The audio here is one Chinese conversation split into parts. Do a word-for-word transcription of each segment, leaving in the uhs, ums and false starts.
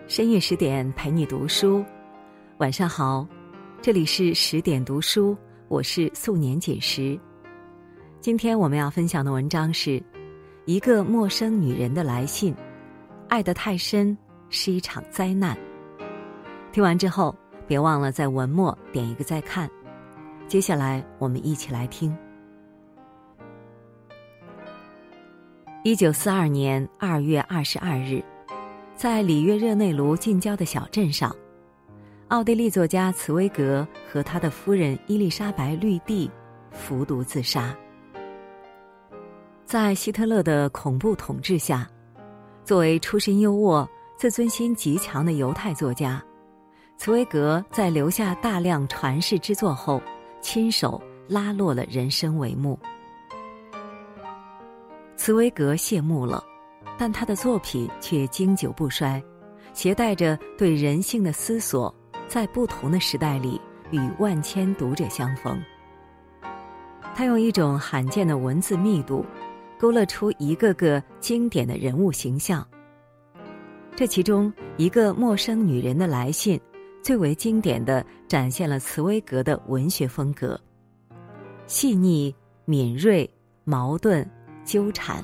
深夜十点陪你读书，晚上好，这里是十点读书，我是素年锦时。今天我们要分享的文章是一个陌生女人的来信，爱得太深是一场灾难。听完之后，别忘了在文末点一个再看。接下来我们一起来听。一九四二年二月二十二日，在里约热内卢近郊的小镇上，奥地利作家茨威格和他的夫人伊丽莎白绿地服毒自杀。在希特勒的恐怖统治下，作为出身优渥、自尊心极强的犹太作家，茨威格在留下大量传世之作后，亲手拉落了人生帷幕。茨威格谢幕了，但他的作品却经久不衰，携带着对人性的思索，在不同的时代里与万千读者相逢。他用一种罕见的文字密度，勾勒出一个个经典的人物形象。这其中一个陌生女人的来信，最为经典地展现了茨威格的文学风格，细腻、敏锐、矛盾、纠缠。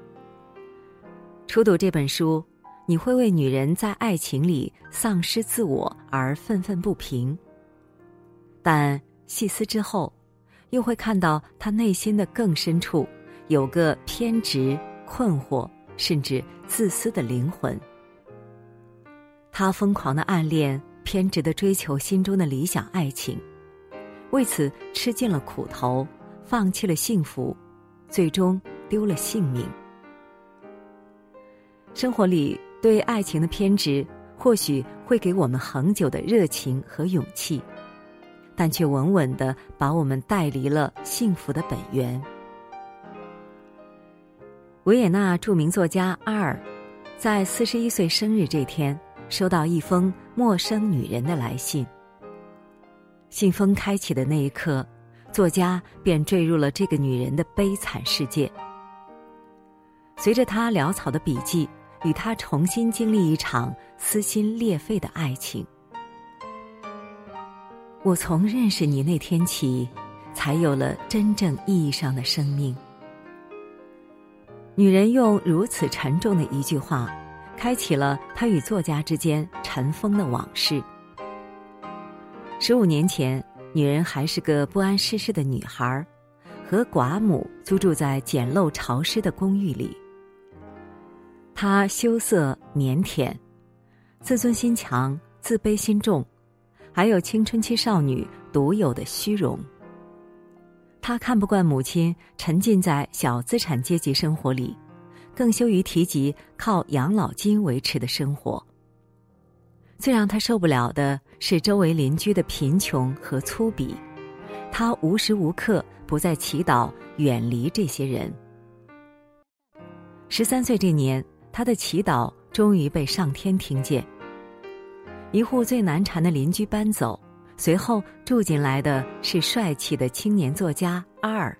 初读这本书，你会为女人在爱情里丧失自我而愤愤不平，但细思之后，又会看到她内心的更深处有个偏执、困惑，甚至自私的灵魂。她疯狂的暗恋，偏执地追求心中的理想爱情，为此吃尽了苦头，放弃了幸福，最终丢了性命。生活里对爱情的偏执或许会给我们恒久的热情和勇气，但却稳稳地把我们带离了幸福的本源。维也纳著名作家阿尔在四十一岁生日这天，收到一封陌生女人的来信。信封开启的那一刻，作家便坠入了这个女人的悲惨世界。随着他潦草的笔记，与他重新经历一场撕心裂肺的爱情。我从认识你那天起，才有了真正意义上的生命。女人用如此沉重的一句话，开启了她与作家之间尘封的往事。十五年前，女人还是个不谙世事的女孩，和寡母租住在简陋潮湿的公寓里。她羞涩腼腆，自尊心强，自卑心重，还有青春期少女独有的虚荣。她看不惯母亲沉浸在小资产阶级生活里，更羞于提及靠养老金维持的生活。最让她受不了的是周围邻居的贫穷和粗鄙，她无时无刻不在祈祷远离这些人。十三岁这年，她的祈祷终于被上天听见。一户最难缠的邻居搬走，随后住进来的是帅气的青年作家阿尔。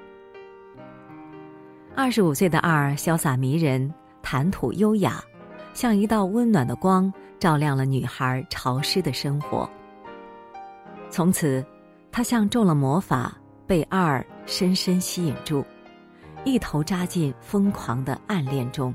二十五岁的阿尔潇洒迷人，谈吐优雅，像一道温暖的光，照亮了女孩潮湿的生活。从此，她像中了魔法，被阿尔深深吸引住，一头扎进疯狂的暗恋中。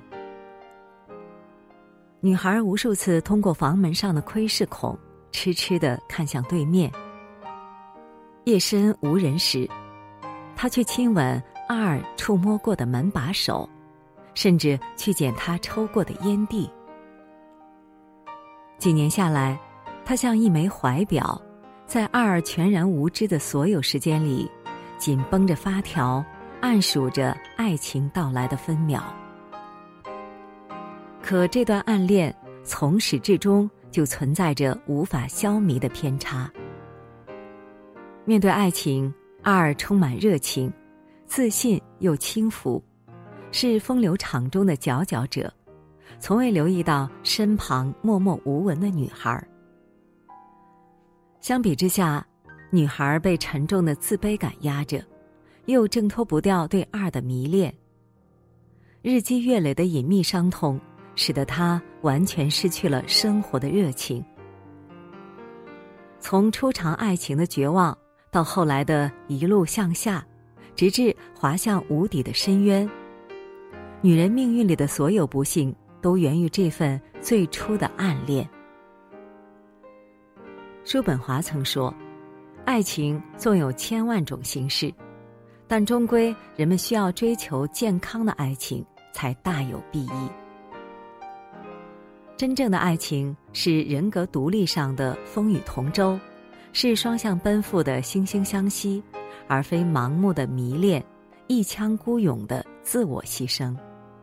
女孩无数次通过房门上的窥视孔，痴痴地看向对面。夜深无人时，她却亲吻阿尔触摸过的门把手，甚至去捡他抽过的烟蒂。几年下来，她像一枚怀表，在阿尔全然无知的所有时间里，紧绷着发条，暗数着爱情到来的分秒。可这段暗恋从始至终就存在着无法消弭的偏差。面对爱情，阿尔充满热情，自信又轻浮，是风流场中的佼佼者，从未留意到身旁默默无闻的女孩。相比之下，女孩被沉重的自卑感压着，又挣脱不掉对二的迷恋。日积月累的隐秘伤痛，使得她完全失去了生活的热情。从初尝爱情的绝望，到后来的一路向下，直至滑向无底的深渊，女人命运里的所有不幸都源于这份最初的暗恋。叔本华曾说，爱情纵有千万种形式，但终归人们需要追求健康的爱情才大有裨益。真正的爱情是人格独立上的风雨同舟，是双向奔赴的惺惺相惜，而非盲目的迷恋，一腔孤勇的自我牺牲。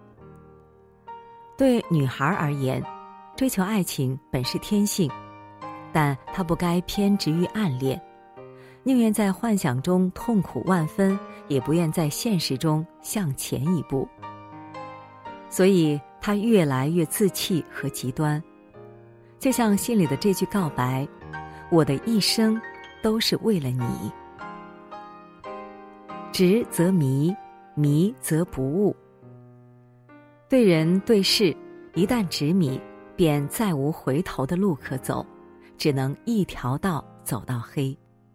对女孩而言，追求爱情本是天性，但她不该偏执于暗恋，宁愿在幻想中痛苦万分，也不愿在现实中向前一步。所以她越来越自弃和极端，就像信里的这句告白，我的一生都是为了你。执则迷，迷则不悟。对人对事，一旦执迷，便再无回头的路可走，只能一条道走到黑。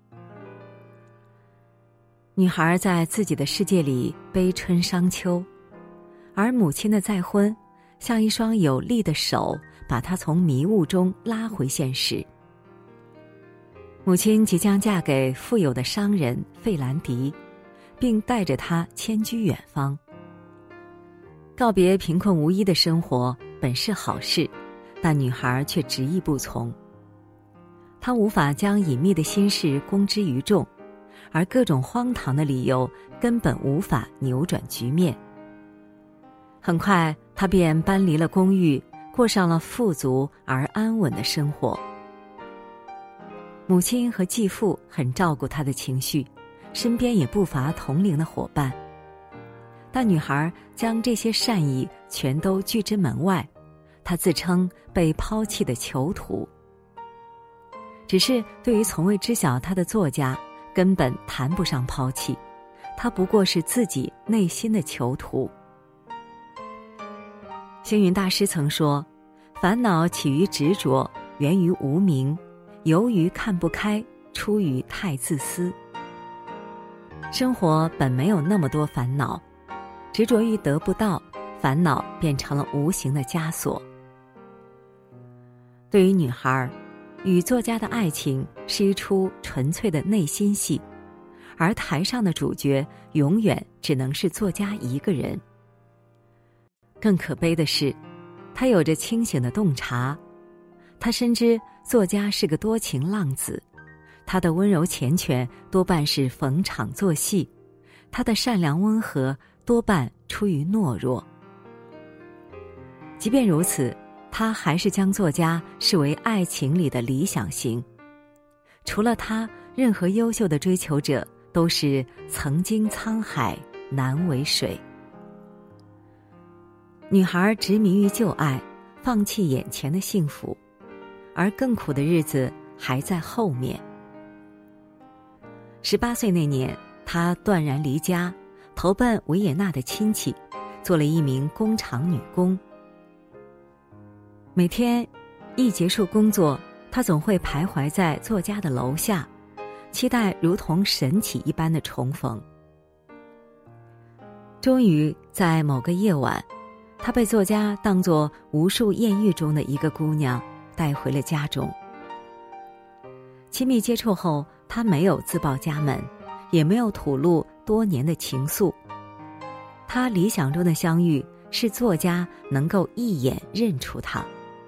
女孩在自己的世界里悲春伤秋，而母亲的再婚像一双有力的手，把她从迷雾中拉回现实。母亲即将嫁给富有的商人费兰迪，并带着她迁居远方。告别贫困无依的生活本是好事，但女孩却执意不从。她无法将隐秘的心事公之于众，而各种荒唐的理由根本无法扭转局面。很快，她便搬离了公寓，过上了富足而安稳的生活。母亲和继父很照顾她的情绪，身边也不乏同龄的伙伴。但女孩将这些善意全都拒之门外，她自称被抛弃的囚徒。只是对于从未知晓她的作家，根本谈不上抛弃，她不过是自己内心的囚徒。星云大师曾说，烦恼起于执着，源于无明，由于看不开，出于太自私。生活本没有那么多烦恼，执着于得不到，烦恼变成了无形的枷锁。对于女孩，与作家的爱情是一出纯粹的内心戏，而台上的主角永远只能是作家一个人。更可悲的是，他有着清醒的洞察，他深知作家是个多情浪子，他的温柔缱绻多半是逢场作戏，他的善良温和多半出于懦弱。即便如此，他还是将作家视为爱情里的理想型。除了他，任何优秀的追求者都是曾经沧海难为水。女孩执迷于旧爱，放弃眼前的幸福，而更苦的日子还在后面。十八岁那年，她断然离家，投奔维也纳的亲戚，做了一名工厂女工。每天一结束工作，她总会徘徊在作家的楼下，期待如同神奇一般的重逢。终于在某个夜晚，她被作家当作无数艳遇中的一个姑娘带回了家中。亲密接触后，她没有自报家门，也没有吐露多年的情愫。她理想中的相遇是作家能够一眼认出她。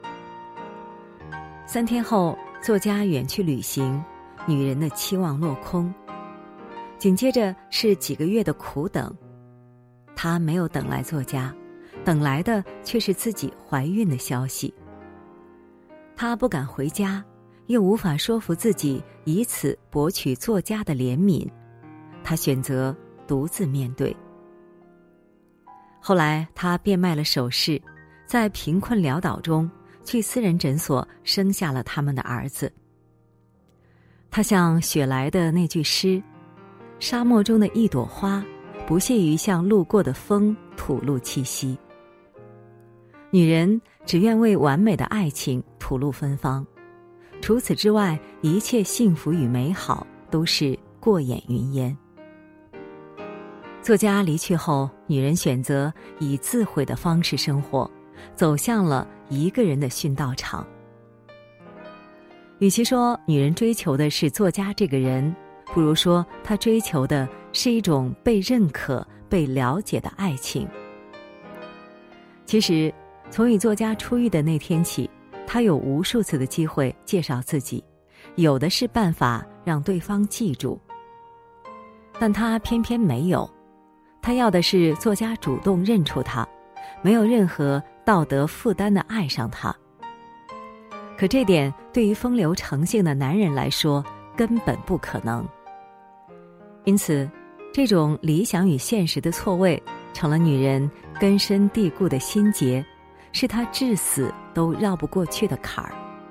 三天后，作家远去旅行，女人的期望落空。紧接着是几个月的苦等，她没有等来作家，等来的却是自己怀孕的消息。她不敢回家，又无法说服自己以此博取作家的怜悯，她选择独自面对。后来她变卖了首饰，在贫困潦倒中去私人诊所生下了他们的儿子。她像雪莱的那句诗，沙漠中的一朵花，不屑于向路过的风吐露气息。 女人只愿为完美的爱情吐露芬芳，除此之外，一切幸福与美好都是过眼云烟。作家离去后，女人选择以自毁的方式生活，走向了一个人的殉道场。与其说女人追求的是作家这个人，不如说她追求的是一种被认可、被了解的爱情。其实，从与作家出狱的那天起，她有无数次的机会介绍自己，有的是办法让对方记住，但她偏偏没有。她要的是作家主动认出她，没有任何道德负担的爱上她。可这点对于风流成性的男人来说根本不可能。因此，这种理想与现实的错位成了女人根深蒂固的心结，是她至死都绕不过去的坎儿。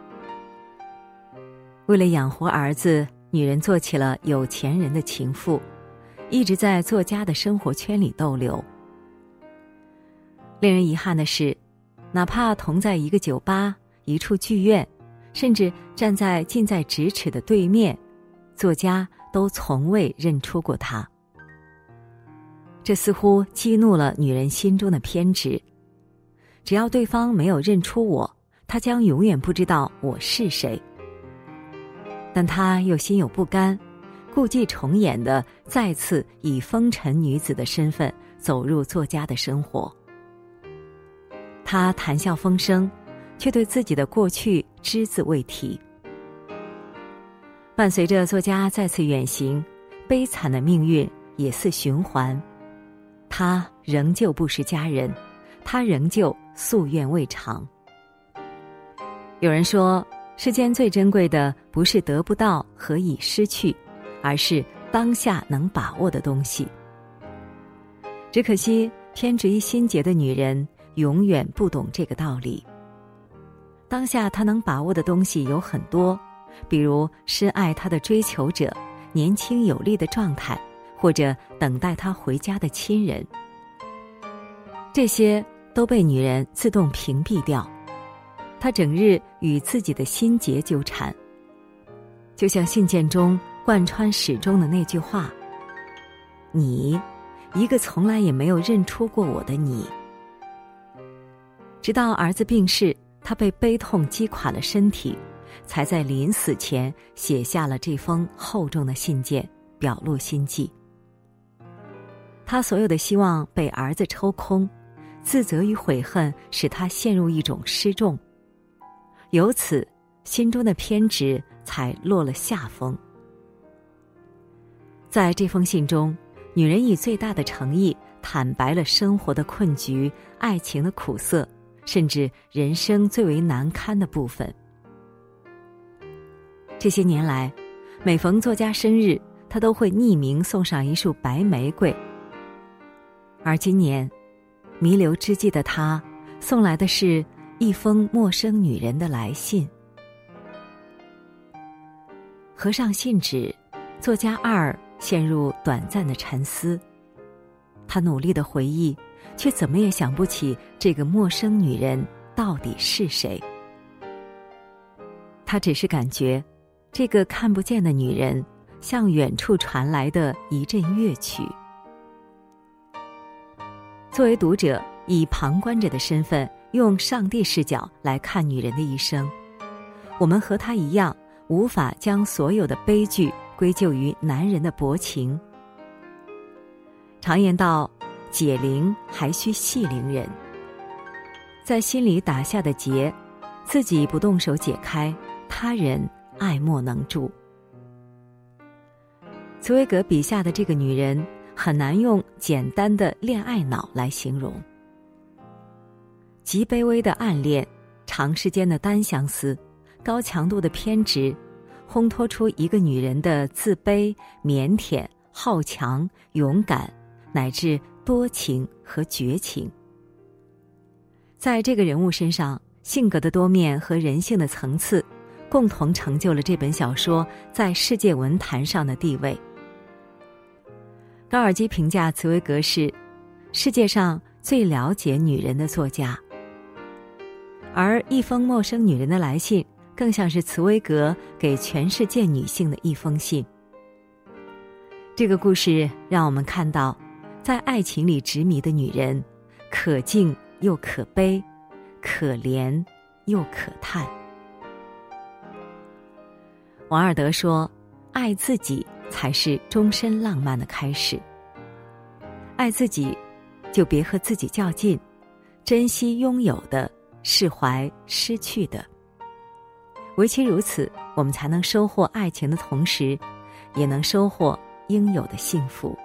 为了养活儿子，女人做起了有钱人的情妇，一直在作家的生活圈里逗留。令人遗憾的是，哪怕同在一个酒吧、一处剧院，甚至站在近在咫尺的对面，作家都从未认出过他。这似乎激怒了女人心中的偏执。只要对方没有认出我，他将永远不知道我是谁。但他又心有不甘，故伎重演的再次以风尘女子的身份走入作家的生活。他谈笑风生，却对自己的过去只字未提。伴随着作家再次远行，悲惨的命运也似循环。他仍旧不识佳人，他仍旧夙愿未偿。有人说，世间最珍贵的不是得不到和已失去，而是当下能把握的东西。只可惜偏执于心结的女人永远不懂这个道理。当下她能把握的东西有很多，比如深爱她的追求者、年轻有力的状态，或者等待她回家的亲人。这些都被女人自动屏蔽掉，她整日与自己的心结纠缠。就像信件中贯穿始终的那句话：你，一个从来也没有认出过我的你。直到儿子病逝，他被悲痛击垮了身体，才在临死前写下了这封厚重的信件，表露心迹。他所有的希望被儿子抽空，自责与悔恨使他陷入一种失重，由此心中的偏执才落了下风。在这封信中，女人以最大的诚意坦白了生活的困局、爱情的苦涩，甚至人生最为难堪的部分。这些年来，每逢作家生日，她都会匿名送上一束白玫瑰。而今年，弥留之际的她送来的是一封陌生女人的来信。合上信纸，作家二陷入短暂的沉思。他努力的回忆，却怎么也想不起这个陌生女人到底是谁。他只是感觉，这个看不见的女人像远处传来的一阵乐曲。作为读者，以旁观者的身份，用上帝视角来看女人的一生，我们和她一样，无法将所有的悲剧归咎于男人的薄情。常言道，解铃还须系铃人。在心里打下的结，自己不动手解开，他人爱莫能助。茨威格笔下的这个女人，很难用简单的恋爱脑来形容。极卑微的暗恋，长时间的单相思，高强度的偏执，烘托出一个女人的自卑、腼腆、好强、勇敢，乃至多情和绝情。在这个人物身上，性格的多面和人性的层次，共同成就了这本小说在世界文坛上的地位。高尔基评价茨威格是世界上最了解女人的作家。 而一封陌生女人的来信更像是茨威格给全世界女性的一封信。这个故事让我们看到，在爱情里执迷的女人，可敬又可悲，可怜又可叹。王尔德说，爱自己才是终身浪漫的开始。爱自己，就别和自己较劲，珍惜拥有的，释怀失去的。唯其如此，我们才能收获爱情的同时，也能收获应有的幸福。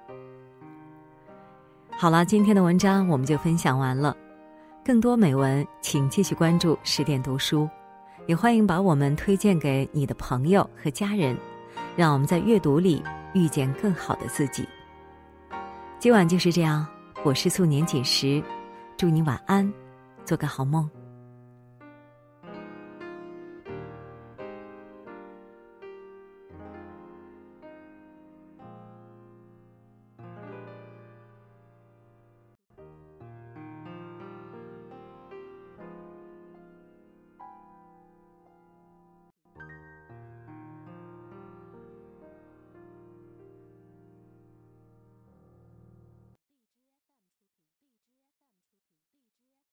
好了，今天的文章我们就分享完了。更多美文，请继续关注十点读书，也欢迎把我们推荐给你的朋友和家人，让我们在阅读里遇见更好的自己。今晚就是这样，我是素年锦时，祝你晚安，做个好梦。